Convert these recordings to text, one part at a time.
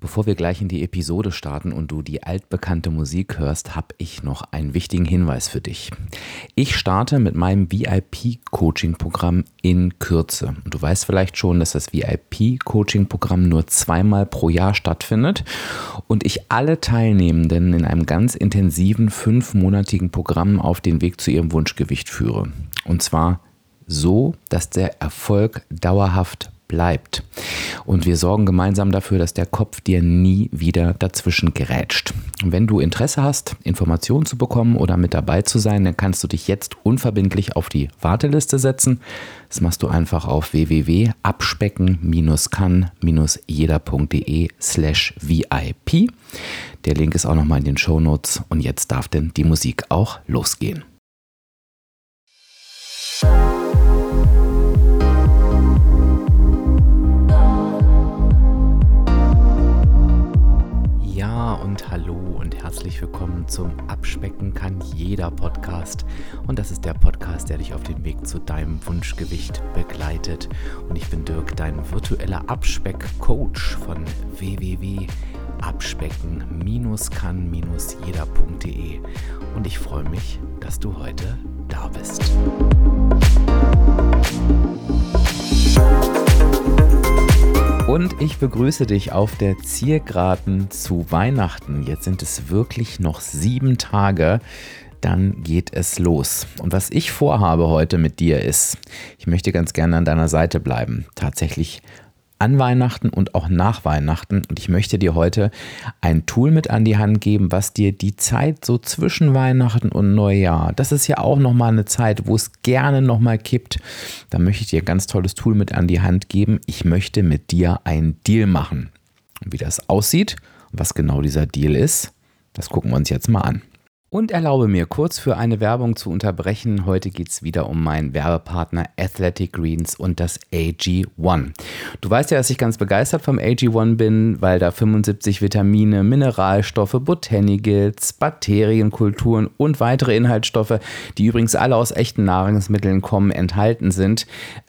Bevor wir gleich in die Episode starten und du die altbekannte Musik hörst, habe ich noch einen wichtigen Hinweis für dich. Ich starte mit meinem VIP-Coaching-Programm in Kürze. Und du weißt vielleicht schon, dass das VIP-Coaching-Programm nur 2-mal pro Jahr stattfindet und ich alle Teilnehmenden in einem ganz intensiven 5-monatigen Programm auf den Weg zu ihrem Wunschgewicht führe. Und zwar so, dass der Erfolg dauerhaft bleibt. Und wir sorgen gemeinsam dafür, dass der Kopf dir nie wieder dazwischen gerätscht. Und wenn du Interesse hast, Informationen zu bekommen oder mit dabei zu sein, dann kannst du dich jetzt unverbindlich auf die Warteliste setzen. Das machst du einfach auf www.abspecken-kann-jeder.de/VIP. Der Link ist auch nochmal in den Shownotes und jetzt darf denn die Musik auch losgehen. Und hallo und herzlich willkommen zum Abspecken kann jeder Podcast. Und das ist der Podcast, der dich auf dem Weg zu deinem Wunschgewicht begleitet. Und ich bin Dirk, dein virtueller Abspeck-Coach von www.abspecken-kann-jeder.de. Und ich freue mich, dass du heute da bist. Und ich begrüße dich auf der Zielgeraden zu Weihnachten. Jetzt sind es wirklich noch 7 Tage, dann geht es los. Und was ich vorhabe heute mit dir ist, ich möchte ganz gerne an deiner Seite bleiben. Tatsächlich an Weihnachten und auch nach Weihnachten. Und ich möchte dir heute ein Tool mit an die Hand geben, was dir die Zeit so zwischen Weihnachten und Neujahr, das ist ja auch nochmal eine Zeit, wo es gerne nochmal kippt. Da möchte ich dir ein ganz tolles Tool mit an die Hand geben. Ich möchte mit dir einen Deal machen. Und wie das aussieht und was genau dieser Deal ist, das gucken wir uns jetzt mal an. Und erlaube mir kurz für eine Werbung zu unterbrechen. Heute geht es wieder um meinen Werbepartner Athletic Greens und das AG1. Du weißt ja, dass ich ganz begeistert vom AG1 bin, weil da 75 Vitamine, Mineralstoffe, Botanicals, Bakterienkulturen und weitere Inhaltsstoffe, die übrigens alle aus echten Nahrungsmitteln kommen, enthalten sind.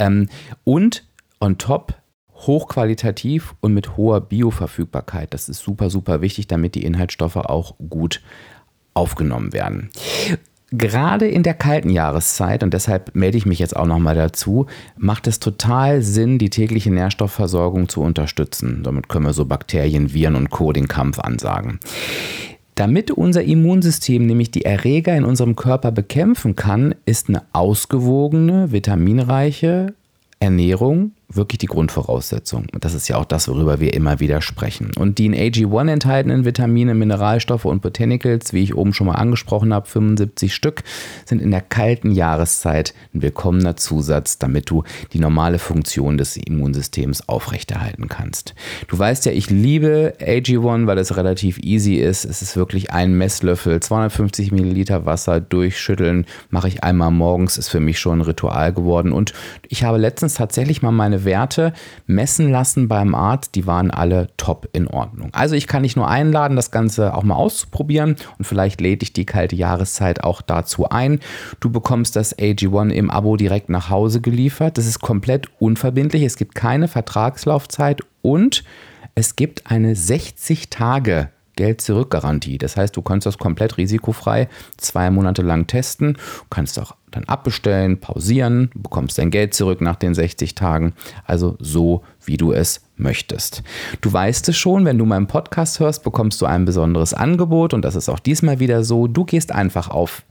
Und on top hochqualitativ und mit hoher Bioverfügbarkeit. Das ist super, super wichtig, damit die Inhaltsstoffe auch gut aufgenommen werden. Gerade in der kalten Jahreszeit, und deshalb melde ich mich jetzt auch nochmal dazu, macht es total Sinn, die tägliche Nährstoffversorgung zu unterstützen. Damit können wir so Bakterien, Viren und Co. den Kampf ansagen. Damit unser Immunsystem nämlich die Erreger in unserem Körper bekämpfen kann, ist eine ausgewogene, vitaminreiche Ernährung wirklich die Grundvoraussetzung. Und das ist ja auch das, worüber wir immer wieder sprechen. Und die in AG1 enthaltenen Vitamine, Mineralstoffe und Botanicals, wie ich oben schon mal angesprochen habe, 75 Stück, sind in der kalten Jahreszeit ein willkommener Zusatz, damit du die normale Funktion des Immunsystems aufrechterhalten kannst. Du weißt ja, ich liebe AG1, weil es relativ easy ist. Es ist wirklich ein Messlöffel, 250 Milliliter Wasser durchschütteln, mache ich einmal morgens, ist für mich schon ein Ritual geworden. Und ich habe letztens tatsächlich mal meine Werte messen lassen beim Arzt, die waren alle top in Ordnung. Also ich kann dich nur einladen, das Ganze auch mal auszuprobieren und vielleicht lädt dich die kalte Jahreszeit auch dazu ein. Du bekommst das AG1 im Abo direkt nach Hause geliefert. Das ist komplett unverbindlich, es gibt keine Vertragslaufzeit und es gibt eine 60-Tage Geld-Zurück-Garantie. Das heißt, du kannst das komplett risikofrei 2 Monate lang testen, kannst auch dann abbestellen, pausieren, bekommst dein Geld zurück nach den 60 Tagen. Also so, wie du es möchtest. Du weißt es schon, wenn du meinen Podcast hörst, bekommst du ein besonderes Angebot und das ist auch diesmal wieder so. Du gehst einfach auf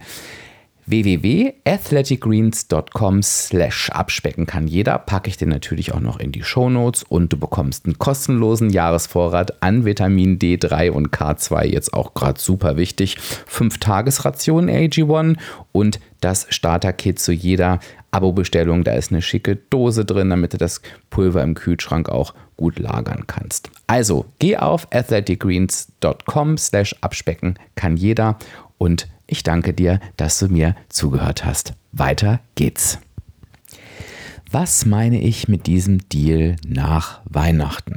www.athleticgreens.com/abspecken kann jeder, packe ich dir natürlich auch noch in die Shownotes und du bekommst einen kostenlosen Jahresvorrat an Vitamin D3 und K2, jetzt auch gerade super wichtig, 5-Tages-Ration AG1 und das Starter-Kit zu jeder Abo-Bestellung. Da ist eine schicke Dose drin, damit du das Pulver im Kühlschrank auch gut lagern kannst. Also geh auf athleticgreens.com/abspecken kann jeder und ich danke dir, dass du mir zugehört hast. Weiter geht's. Was meine ich mit diesem Deal nach Weihnachten?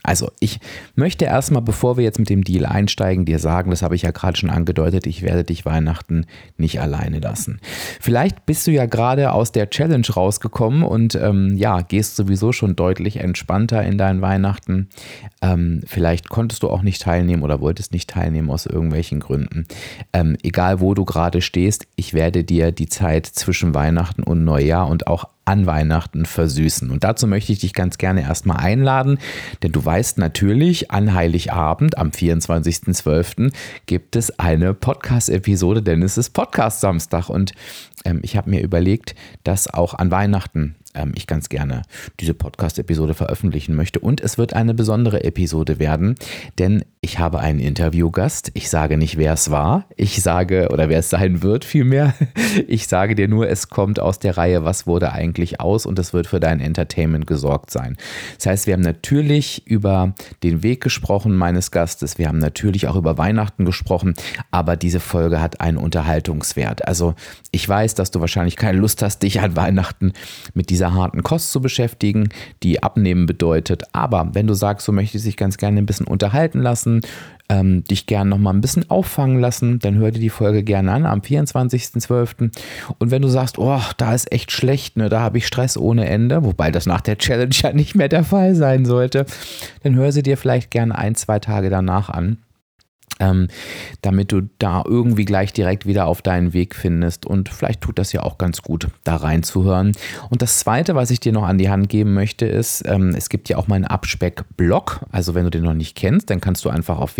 Also ich möchte erstmal, bevor wir jetzt mit dem Deal einsteigen, dir sagen, das habe ich ja gerade schon angedeutet, ich werde dich Weihnachten nicht alleine lassen. Vielleicht bist du ja gerade aus der Challenge rausgekommen und gehst sowieso schon deutlich entspannter in dein Weihnachten. Vielleicht konntest du auch nicht teilnehmen oder wolltest nicht teilnehmen aus irgendwelchen Gründen. Egal wo du gerade stehst, ich werde dir die Zeit zwischen Weihnachten und Neujahr und auch an Weihnachten versüßen. Und dazu möchte ich dich ganz gerne erstmal einladen, denn du weißt natürlich, an Heiligabend am 24.12. gibt es eine Podcast-Episode, denn es ist Podcast-Samstag und ich habe mir überlegt, dass auch an Weihnachten ich ganz gerne diese Podcast-Episode veröffentlichen möchte. Und es wird eine besondere Episode werden, denn ich habe einen Interviewgast. Ich sage nicht, wer es war. Ich sage, oder wer es sein wird vielmehr. Ich sage dir nur, es kommt aus der Reihe Was wurde eigentlich aus und es wird für dein Entertainment gesorgt sein. Das heißt, wir haben natürlich über den Weg gesprochen meines Gastes. Wir haben natürlich auch über Weihnachten gesprochen, aber diese Folge hat einen Unterhaltungswert. Also ich weiß, dass du wahrscheinlich keine Lust hast, dich an Weihnachten mit dieser harten Kost zu beschäftigen, die Abnehmen bedeutet. Aber wenn du sagst, du möchtest dich ganz gerne ein bisschen unterhalten lassen, dich gerne noch mal ein bisschen auffangen lassen, dann hör dir die Folge gerne an am 24.12. Und wenn du sagst, oh, da ist echt schlecht, ne, da habe ich Stress ohne Ende, wobei das nach der Challenge ja nicht mehr der Fall sein sollte, dann hör sie dir vielleicht gerne 1-2 Tage danach an. Damit du da irgendwie gleich direkt wieder auf deinen Weg findest und vielleicht tut das ja auch ganz gut, da reinzuhören. Und das Zweite, was ich dir noch an die Hand geben möchte, ist, es gibt ja auch meinen Abspeck-Blog, also wenn du den noch nicht kennst, dann kannst du einfach auf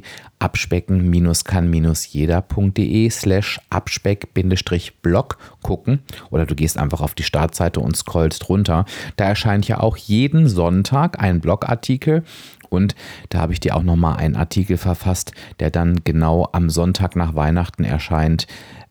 www.abspecken-kann-jeder.de/abspeck-blog gucken oder du gehst einfach auf die Startseite und scrollst runter. Da erscheint ja auch jeden Sonntag ein Blogartikel. Und da habe ich dir auch nochmal einen Artikel verfasst, der dann genau am Sonntag nach Weihnachten erscheint,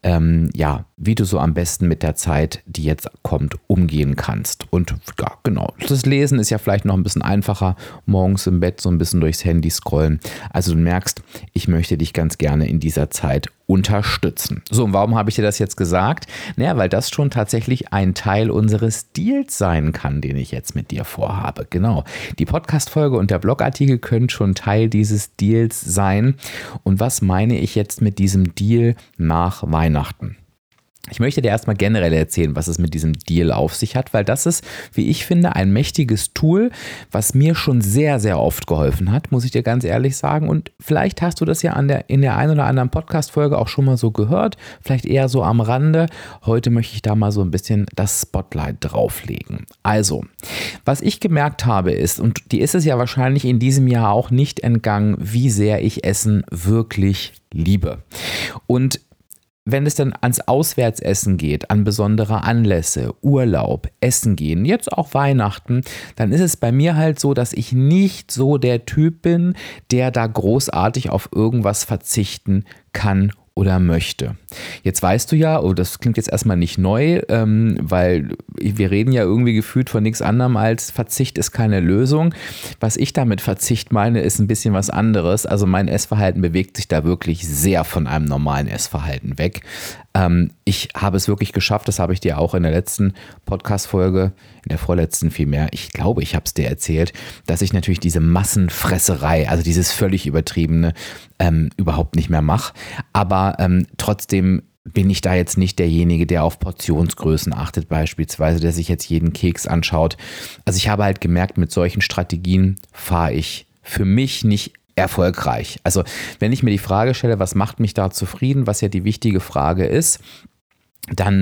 wie du so am besten mit der Zeit, die jetzt kommt, umgehen kannst. Und ja, genau, das Lesen ist ja vielleicht noch ein bisschen einfacher, morgens im Bett so ein bisschen durchs Handy scrollen. Also du merkst, ich möchte dich ganz gerne in dieser Zeit unterstützen. So, und warum habe ich dir das jetzt gesagt? Naja, weil das schon tatsächlich ein Teil unseres Deals sein kann, den ich jetzt mit dir vorhabe. Genau, die Podcast-Folge und der Blogartikel können schon Teil dieses Deals sein. Und was meine ich jetzt mit diesem Deal nach Weihnachten? Ich möchte dir erstmal generell erzählen, was es mit diesem Deal auf sich hat, weil das ist, wie ich finde, ein mächtiges Tool, was mir schon sehr, sehr oft geholfen hat, muss ich dir ganz ehrlich sagen. Und vielleicht hast du das ja in der einen oder anderen Podcast-Folge auch schon mal so gehört, vielleicht eher so am Rande. Heute möchte ich da mal so ein bisschen das Spotlight drauflegen. Also, was ich gemerkt habe ist, und die ist es ja wahrscheinlich in diesem Jahr auch nicht entgangen, wie sehr ich Essen wirklich liebe. Und wenn es dann ans Auswärtsessen geht, an besondere Anlässe, Urlaub, Essen gehen, jetzt auch Weihnachten, dann ist es bei mir halt so, dass ich nicht so der Typ bin, der da großartig auf irgendwas verzichten kann oder möchte. Jetzt weißt du ja, oh, das klingt jetzt erstmal nicht neu, weil wir reden ja irgendwie gefühlt von nichts anderem als Verzicht ist keine Lösung. Was ich damit Verzicht meine, ist ein bisschen was anderes. Also mein Essverhalten bewegt sich da wirklich sehr von einem normalen Essverhalten weg. Ich habe es wirklich geschafft, das habe ich dir auch in der letzten Podcast-Folge, in der vorletzten vielmehr, ich glaube, ich habe es dir erzählt, dass ich natürlich diese Massenfresserei, also dieses völlig übertriebene, überhaupt nicht mehr mache. Aber trotzdem bin ich da jetzt nicht derjenige, der auf Portionsgrößen achtet beispielsweise, der sich jetzt jeden Keks anschaut. Also ich habe halt gemerkt, mit solchen Strategien fahre ich für mich nicht erfolgreich. Also wenn ich mir die Frage stelle, was macht mich da zufrieden, was ja die wichtige Frage ist, dann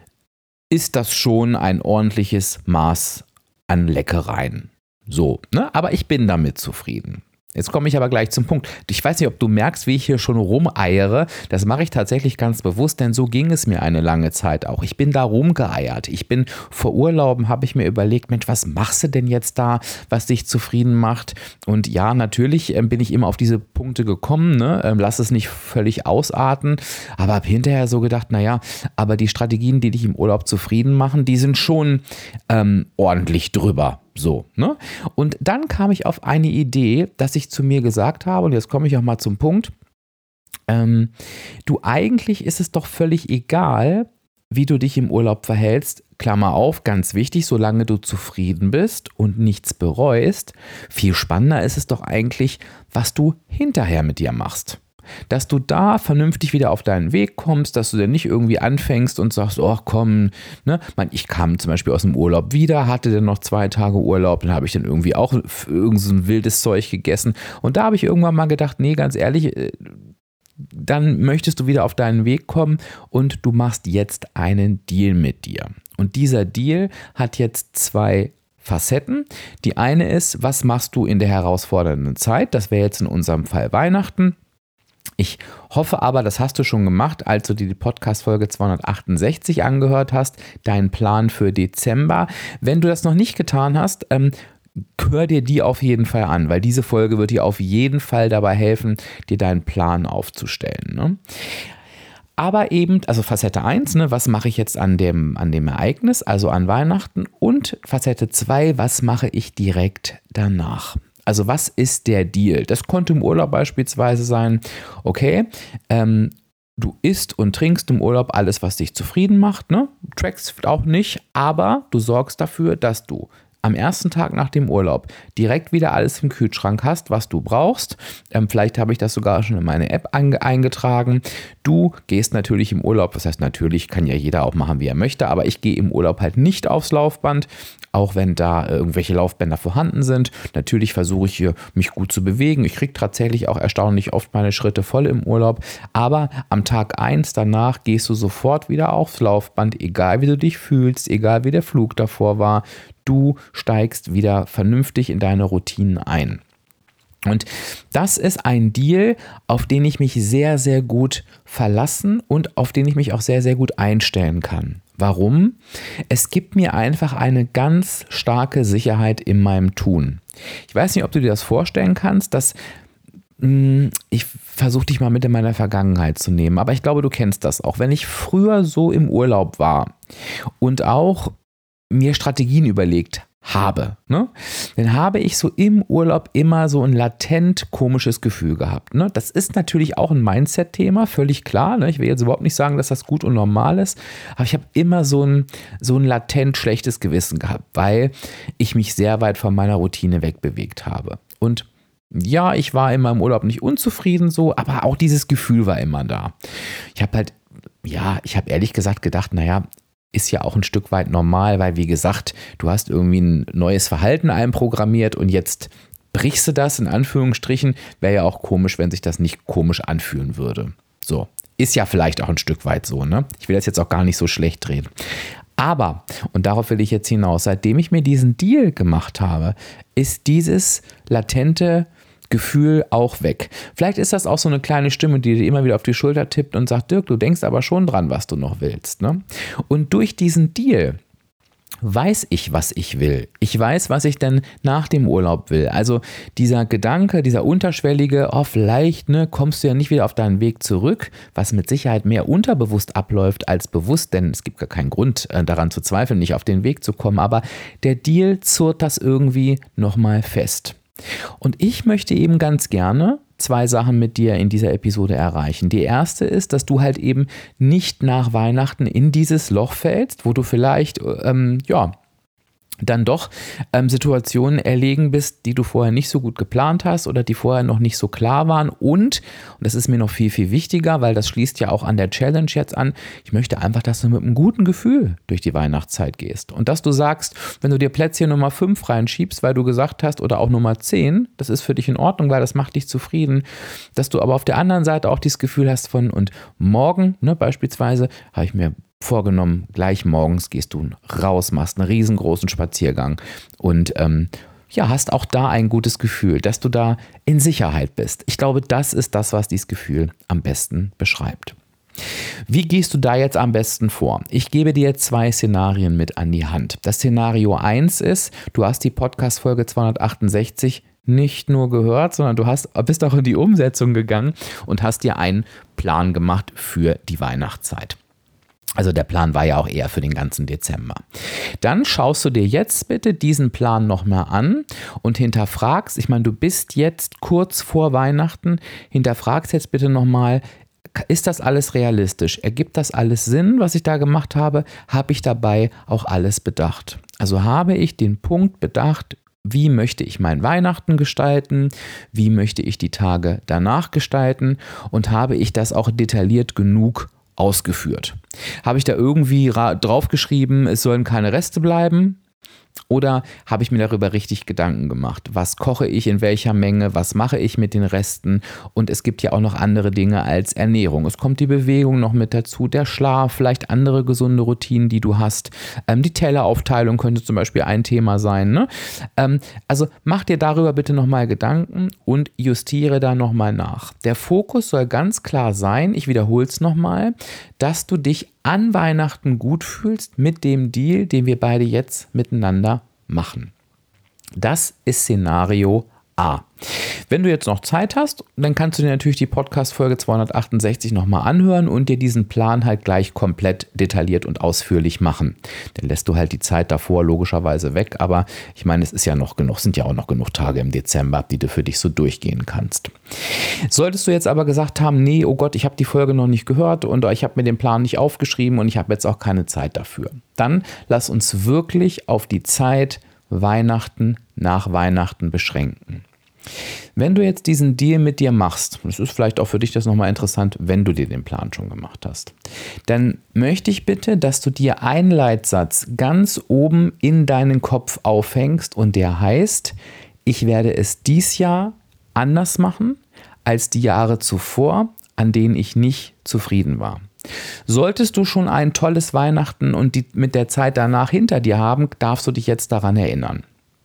ist das schon ein ordentliches Maß an Leckereien. So, ne? Aber ich bin damit zufrieden. Jetzt komme ich aber gleich zum Punkt. Ich weiß nicht, ob du merkst, wie ich hier schon rumeiere. Das mache ich tatsächlich ganz bewusst, denn so ging es mir eine lange Zeit auch. Ich bin da rumgeeiert. Ich bin vor Urlauben, habe ich mir überlegt, Mensch, was machst du denn jetzt da, was dich zufrieden macht? Und ja, natürlich bin ich immer auf diese Punkte gekommen, ne? Lass es nicht völlig ausarten, aber habe hinterher so gedacht, naja, aber die Strategien, die dich im Urlaub zufrieden machen, die sind schon ordentlich drüber. So, ne? Und dann kam ich auf eine Idee, dass ich zu mir gesagt habe, und jetzt komme ich auch mal zum Punkt, du, eigentlich ist es doch völlig egal, wie du dich im Urlaub verhältst, Klammer auf, ganz wichtig, solange du zufrieden bist und nichts bereust. Viel spannender ist es doch eigentlich, was du hinterher mit dir machst. Dass du da vernünftig wieder auf deinen Weg kommst, dass du dann nicht irgendwie anfängst und sagst, oh komm, ne? Ich kam zum Beispiel aus dem Urlaub wieder, hatte dann noch 2 Tage Urlaub, dann habe ich dann irgendwie auch irgend so ein wildes Zeug gegessen und da habe ich irgendwann mal gedacht, nee, ganz ehrlich, dann möchtest du wieder auf deinen Weg kommen und du machst jetzt einen Deal mit dir. Und dieser Deal hat jetzt 2 Facetten. Die eine ist, was machst du in der herausfordernden Zeit? Das wäre jetzt in unserem Fall Weihnachten. Ich hoffe aber, das hast du schon gemacht, als du dir die Podcast-Folge 268 angehört hast, deinen Plan für Dezember. Wenn du das noch nicht getan hast, hör dir die auf jeden Fall an, weil diese Folge wird dir auf jeden Fall dabei helfen, dir deinen Plan aufzustellen. Ne? Aber eben, also Facette 1, ne, was mache ich jetzt an dem Ereignis, also an Weihnachten, und Facette 2, was mache ich direkt danach? Also was ist der Deal? Das konnte im Urlaub beispielsweise sein, okay, du isst und trinkst im Urlaub alles, was dich zufrieden macht, ne? Trackst auch nicht, aber du sorgst dafür, dass du am ersten Tag nach dem Urlaub direkt wieder alles im Kühlschrank hast, was du brauchst. Vielleicht habe ich das sogar schon in meine App eingetragen. Du gehst natürlich im Urlaub, was heißt natürlich, kann ja jeder auch machen, wie er möchte, aber ich gehe im Urlaub halt nicht aufs Laufband, auch wenn da irgendwelche Laufbänder vorhanden sind. Natürlich versuche ich hier, mich gut zu bewegen. Ich kriege tatsächlich auch erstaunlich oft meine Schritte voll im Urlaub, aber am Tag 1 danach gehst du sofort wieder aufs Laufband, egal wie du dich fühlst, egal wie der Flug davor war. Du steigst wieder vernünftig in deine Routinen ein. Und das ist ein Deal, auf den ich mich sehr, sehr gut verlassen und auf den ich mich auch sehr, sehr gut einstellen kann. Warum? Es gibt mir einfach eine ganz starke Sicherheit in meinem Tun. Ich weiß nicht, ob du dir das vorstellen kannst, dass ich versuche dich mal mit in meiner Vergangenheit zu nehmen, aber ich glaube, du kennst das auch. Wenn ich früher so im Urlaub war und auch mir Strategien überlegt habe, ne? Dann habe ich so im Urlaub immer so ein latent komisches Gefühl gehabt. Ne? Das ist natürlich auch ein Mindset-Thema, völlig klar. Ne? Ich will jetzt überhaupt nicht sagen, dass das gut und normal ist, aber ich habe immer so ein latent schlechtes Gewissen gehabt, weil ich mich sehr weit von meiner Routine wegbewegt habe. Und ja, ich war immer im Urlaub nicht unzufrieden so, aber auch dieses Gefühl war immer da. Ich habe ehrlich gesagt gedacht, naja, ist ja auch ein Stück weit normal, weil wie gesagt, du hast irgendwie ein neues Verhalten einprogrammiert und jetzt brichst du das in Anführungsstrichen. Wäre ja auch komisch, wenn sich das nicht komisch anfühlen würde. So, ist ja vielleicht auch ein Stück weit so, ne? Ich will das jetzt auch gar nicht so schlecht drehen. Aber, und darauf will ich jetzt hinaus, seitdem ich mir diesen Deal gemacht habe, ist dieses latente Gefühl auch weg. Vielleicht ist das auch so eine kleine Stimme, die dir immer wieder auf die Schulter tippt und sagt, Dirk, du denkst aber schon dran, was du noch willst. Ne? Und durch diesen Deal weiß ich, was ich will. Ich weiß, was ich denn nach dem Urlaub will. Also dieser Gedanke, dieser unterschwellige, oh vielleicht kommst du ja nicht wieder auf deinen Weg zurück, was mit Sicherheit mehr unterbewusst abläuft als bewusst, denn es gibt gar keinen Grund daran zu zweifeln, nicht auf den Weg zu kommen, aber der Deal zurrt das irgendwie nochmal fest. Und ich möchte eben ganz gerne 2 Sachen mit dir in dieser Episode erreichen. Die erste ist, dass du halt eben nicht nach Weihnachten in dieses Loch fällst, wo du vielleicht, dann doch Situationen erlegen bist, die du vorher nicht so gut geplant hast oder die vorher noch nicht so klar waren. Und das ist mir noch viel, viel wichtiger, weil das schließt ja auch an der Challenge jetzt an, ich möchte einfach, dass du mit einem guten Gefühl durch die Weihnachtszeit gehst. Und dass du sagst, wenn du dir Plätzchen Nummer 5 reinschiebst, weil du gesagt hast, oder auch Nummer 10, das ist für dich in Ordnung, weil das macht dich zufrieden, dass du aber auf der anderen Seite auch dieses Gefühl hast von, und morgen beispielsweise habe ich mir vorgenommen, gleich morgens gehst du raus, machst einen riesengroßen Spaziergang und hast auch da ein gutes Gefühl, dass du da in Sicherheit bist. Ich glaube, das ist das, was dieses Gefühl am besten beschreibt. Wie gehst du da jetzt am besten vor? Ich gebe dir 2 Szenarien mit an die Hand. Das Szenario 1 ist, du hast die Podcast-Folge 268 nicht nur gehört, sondern du bist auch in die Umsetzung gegangen und hast dir einen Plan gemacht für die Weihnachtszeit. Also der Plan war ja auch eher für den ganzen Dezember. Dann schaust du dir jetzt bitte diesen Plan nochmal an und hinterfragst, ich meine, du bist jetzt kurz vor Weihnachten, hinterfragst jetzt bitte nochmal, ist das alles realistisch? Ergibt das alles Sinn, was ich da gemacht habe? Habe ich dabei auch alles bedacht? Also habe ich den Punkt bedacht, wie möchte ich mein Weihnachten gestalten? Wie möchte ich die Tage danach gestalten? Und habe ich das auch detailliert genug ausgeführt? Habe ich da irgendwie draufgeschrieben, es sollen keine Reste bleiben? Oder habe ich mir darüber richtig Gedanken gemacht? Was koche ich in welcher Menge? Was mache ich mit den Resten? Und es gibt ja auch noch andere Dinge als Ernährung. Es kommt die Bewegung noch mit dazu, der Schlaf, vielleicht andere gesunde Routinen, die du hast. Die Telleraufteilung könnte zum Beispiel ein Thema sein. Ne? Also mach dir darüber bitte nochmal Gedanken und justiere da nochmal nach. Der Fokus soll ganz klar sein, ich wiederhole es nochmal, dass du dich an Weihnachten gut fühlst mit dem Deal, den wir beide jetzt miteinander machen. Das ist Szenario A. Wenn du jetzt noch Zeit hast, dann kannst du dir natürlich die Podcast-Folge 268 nochmal anhören und dir diesen Plan halt gleich komplett detailliert und ausführlich machen. Dann lässt du halt die Zeit davor logischerweise weg, aber ich meine, es ist ja noch genug, sind ja auch noch genug Tage im Dezember, die du für dich so durchgehen kannst. Solltest du jetzt aber gesagt haben, nee, oh Gott, ich habe die Folge noch nicht gehört und ich habe mir den Plan nicht aufgeschrieben und ich habe jetzt auch keine Zeit dafür, dann lass uns wirklich auf die Zeit Weihnachten nach Weihnachten beschränken. Wenn du jetzt diesen Deal mit dir machst, das ist vielleicht auch für dich das nochmal interessant, wenn du dir den Plan schon gemacht hast, dann möchte ich bitte, dass du dir einen Leitsatz ganz oben in deinen Kopf aufhängst und der heißt, ich werde es dies Jahr anders machen als die Jahre zuvor, an denen ich nicht zufrieden war. Solltest du schon ein tolles Weihnachten und mit der Zeit danach hinter dir haben, darfst du dich jetzt daran erinnern.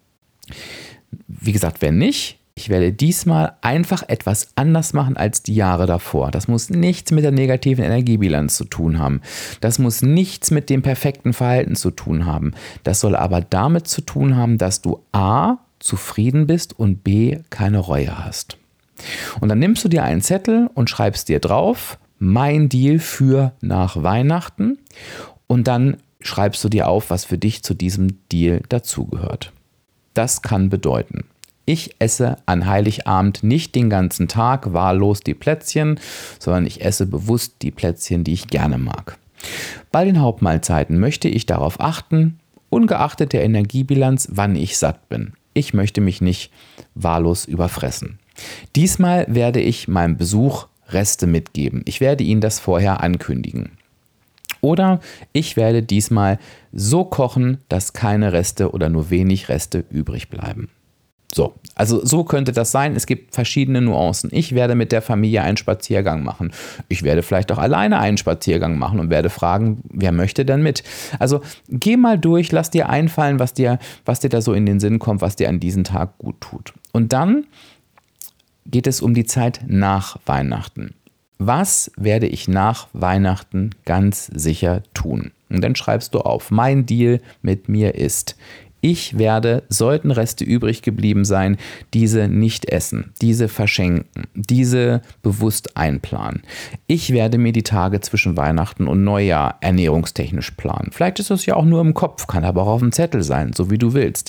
Wie gesagt, wenn nicht, ich werde diesmal einfach etwas anders machen als die Jahre davor. Das muss nichts mit der negativen Energiebilanz zu tun haben. Das muss nichts mit dem perfekten Verhalten zu tun haben. Das soll aber damit zu tun haben, dass du A, zufrieden bist und B, keine Reue hast. Und dann nimmst du dir einen Zettel und schreibst dir drauf, mein Deal für nach Weihnachten, und dann schreibst du dir auf, was für dich zu diesem Deal dazugehört. Das kann bedeuten, ich esse an Heiligabend nicht den ganzen Tag wahllos die Plätzchen, sondern ich esse bewusst die Plätzchen, die ich gerne mag. Bei den Hauptmahlzeiten möchte ich darauf achten, ungeachtet der Energiebilanz, wann ich satt bin. Ich möchte mich nicht wahllos überfressen. Diesmal werde ich meinem Besuch Reste mitgeben. Ich werde Ihnen das vorher ankündigen. Oder ich werde diesmal so kochen, dass keine Reste oder nur wenig Reste übrig bleiben. So, also so könnte das sein. Es gibt verschiedene Nuancen. Ich werde mit der Familie einen Spaziergang machen. Ich werde vielleicht auch alleine einen Spaziergang machen und werde fragen, wer möchte denn mit? Also geh mal durch, lass dir einfallen, was dir da so in den Sinn kommt, was dir an diesem Tag gut tut. Und dann geht es um die Zeit nach Weihnachten. Was werde ich nach Weihnachten ganz sicher tun? Und dann schreibst du auf, mein Deal mit mir ist, ich werde, sollten Reste übrig geblieben sein, diese nicht essen, diese verschenken, diese bewusst einplanen. Ich werde mir die Tage zwischen Weihnachten und Neujahr ernährungstechnisch planen. Vielleicht ist das ja auch nur im Kopf, kann aber auch auf dem Zettel sein, so wie du willst.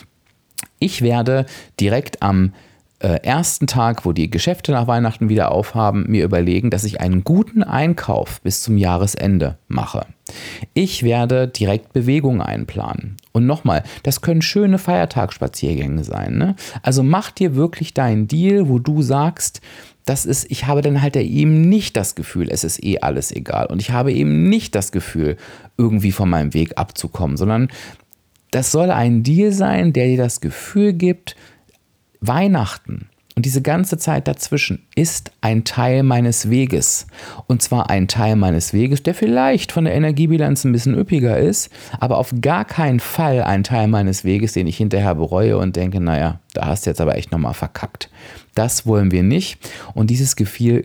Ich werde direkt am ersten Tag, wo die Geschäfte nach Weihnachten wieder aufhaben, mir überlegen, dass ich einen guten Einkauf bis zum Jahresende mache. Ich werde direkt Bewegung einplanen. Und nochmal, das können schöne Feiertagsspaziergänge sein. Ne? Also mach dir wirklich deinen Deal, wo du sagst, ich habe dann halt eben nicht das Gefühl, es ist eh alles egal. Und ich habe eben nicht das Gefühl, irgendwie von meinem Weg abzukommen, sondern das soll ein Deal sein, der dir das Gefühl gibt, Weihnachten und diese ganze Zeit dazwischen ist ein Teil meines Weges. Und zwar ein Teil meines Weges, der vielleicht von der Energiebilanz ein bisschen üppiger ist, aber auf gar keinen Fall ein Teil meines Weges, den ich hinterher bereue und denke, naja, da hast du jetzt aber echt nochmal verkackt. Das wollen wir nicht. Und dieses Gefühl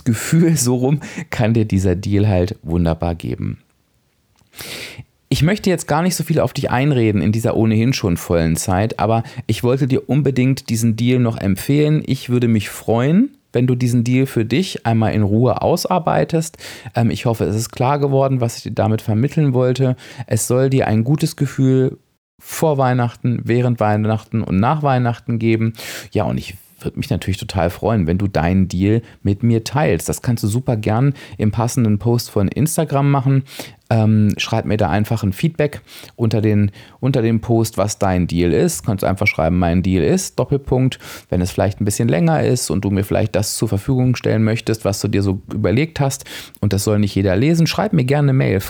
so rum kann dir dieser Deal halt wunderbar geben. Ich möchte jetzt gar nicht so viel auf dich einreden in dieser ohnehin schon vollen Zeit, aber ich wollte dir unbedingt diesen Deal noch empfehlen. Ich würde mich freuen, wenn du diesen Deal für dich einmal in Ruhe ausarbeitest. Ich hoffe, es ist klar geworden, was ich dir damit vermitteln wollte. Es soll dir ein gutes Gefühl vor Weihnachten, während Weihnachten und nach Weihnachten geben. Ja, und ich würde mich natürlich total freuen, wenn du deinen Deal mit mir teilst. Das kannst du super gern im passenden Post von Instagram machen. Schreib mir da einfach ein Feedback unter den Post, was dein Deal ist. Kannst du einfach schreiben, mein Deal ist, Doppelpunkt. Wenn es vielleicht ein bisschen länger ist und du mir vielleicht das zur Verfügung stellen möchtest, was du dir so überlegt hast und das soll nicht jeder lesen, schreib mir gerne eine Mail.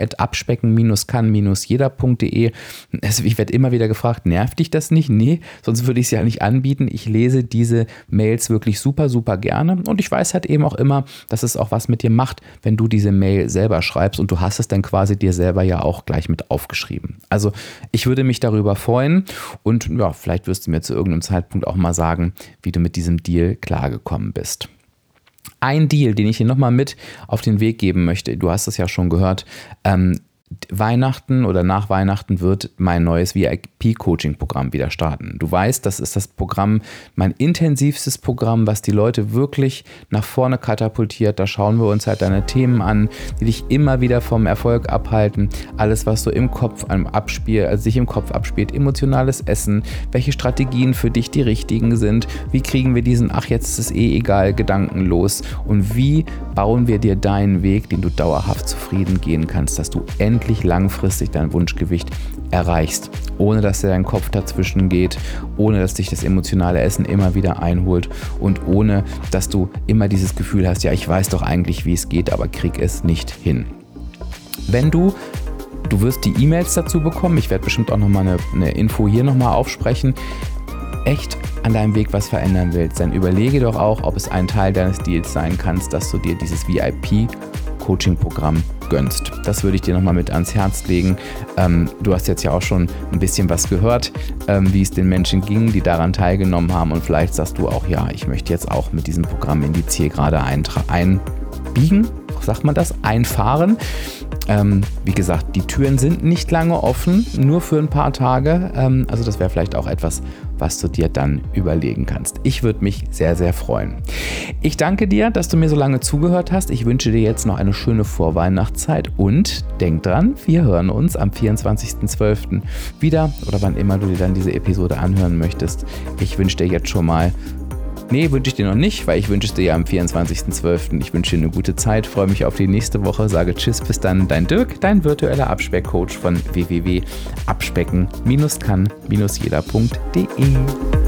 fragen@abspecken-kann-jeder.de. Ich werde immer wieder gefragt, nervt dich das nicht? Nee, sonst würde ich es ja nicht anbieten. Ich lese diese Mails wirklich super, super gerne und ich weiß halt eben auch immer, dass es auch was mit dir macht, wenn du diese Mail selber schreibst und du hast es dann quasi dir selber ja auch gleich mit aufgeschrieben. Also ich würde mich darüber freuen und ja, vielleicht wirst du mir zu irgendeinem Zeitpunkt auch mal sagen, wie du mit diesem Deal klargekommen bist. Ein Deal, den ich dir nochmal mit auf den Weg geben möchte, du hast es ja schon gehört, Weihnachten oder nach Weihnachten wird mein neues VIP-Coaching-Programm wieder starten. Du weißt, das ist das Programm, mein intensivstes Programm, was die Leute wirklich nach vorne katapultiert. Da schauen wir uns halt deine Themen an, die dich immer wieder vom Erfolg abhalten. Alles, was so im Kopf sich im Kopf abspielt, emotionales Essen, welche Strategien für dich die richtigen sind, wie kriegen wir diesen ach, jetzt ist es eh egal Gedanken los und wie bauen wir dir deinen Weg, den du dauerhaft zufrieden gehen kannst, dass du endlich langfristig dein Wunschgewicht erreichst, ohne dass dir dein Kopf dazwischen geht, ohne dass dich das emotionale Essen immer wieder einholt und ohne dass du immer dieses Gefühl hast, ja, ich weiß doch eigentlich, wie es geht, aber krieg es nicht hin. Wenn du wirst die E-Mails dazu bekommen, ich werde bestimmt auch nochmal eine Info hier nochmal aufsprechen, echt an deinem Weg was verändern willst, dann überlege doch auch, ob es ein Teil deines Deals sein kann, dass du dir dieses VIP-Coaching-Programm gönnst. Das würde ich dir nochmal mit ans Herz legen. Du hast jetzt ja auch schon ein bisschen was gehört, wie es den Menschen ging, die daran teilgenommen haben und vielleicht sagst du auch, ja, ich möchte jetzt auch mit diesem Programm in die Zielgerade einbiegen, sagt man das, einfahren. Wie gesagt, die Türen sind nicht lange offen, nur für ein paar Tage. Also das wäre vielleicht auch etwas, was du dir dann überlegen kannst. Ich würde mich sehr, sehr freuen. Ich danke dir, dass du mir so lange zugehört hast. Ich wünsche dir jetzt noch eine schöne Vorweihnachtszeit und denk dran, wir hören uns am 24.12. wieder oder wann immer du dir dann diese Episode anhören möchtest. Ich wünsche dir jetzt schon mal wünsche ich dir noch nicht, weil ich wünsche es dir ja am 24.12. Ich wünsche dir eine gute Zeit, freue mich auf die nächste Woche, sage Tschüss, bis dann, dein Dirk, dein virtueller Abspeckcoach von www.abspecken-kann-jeder.de.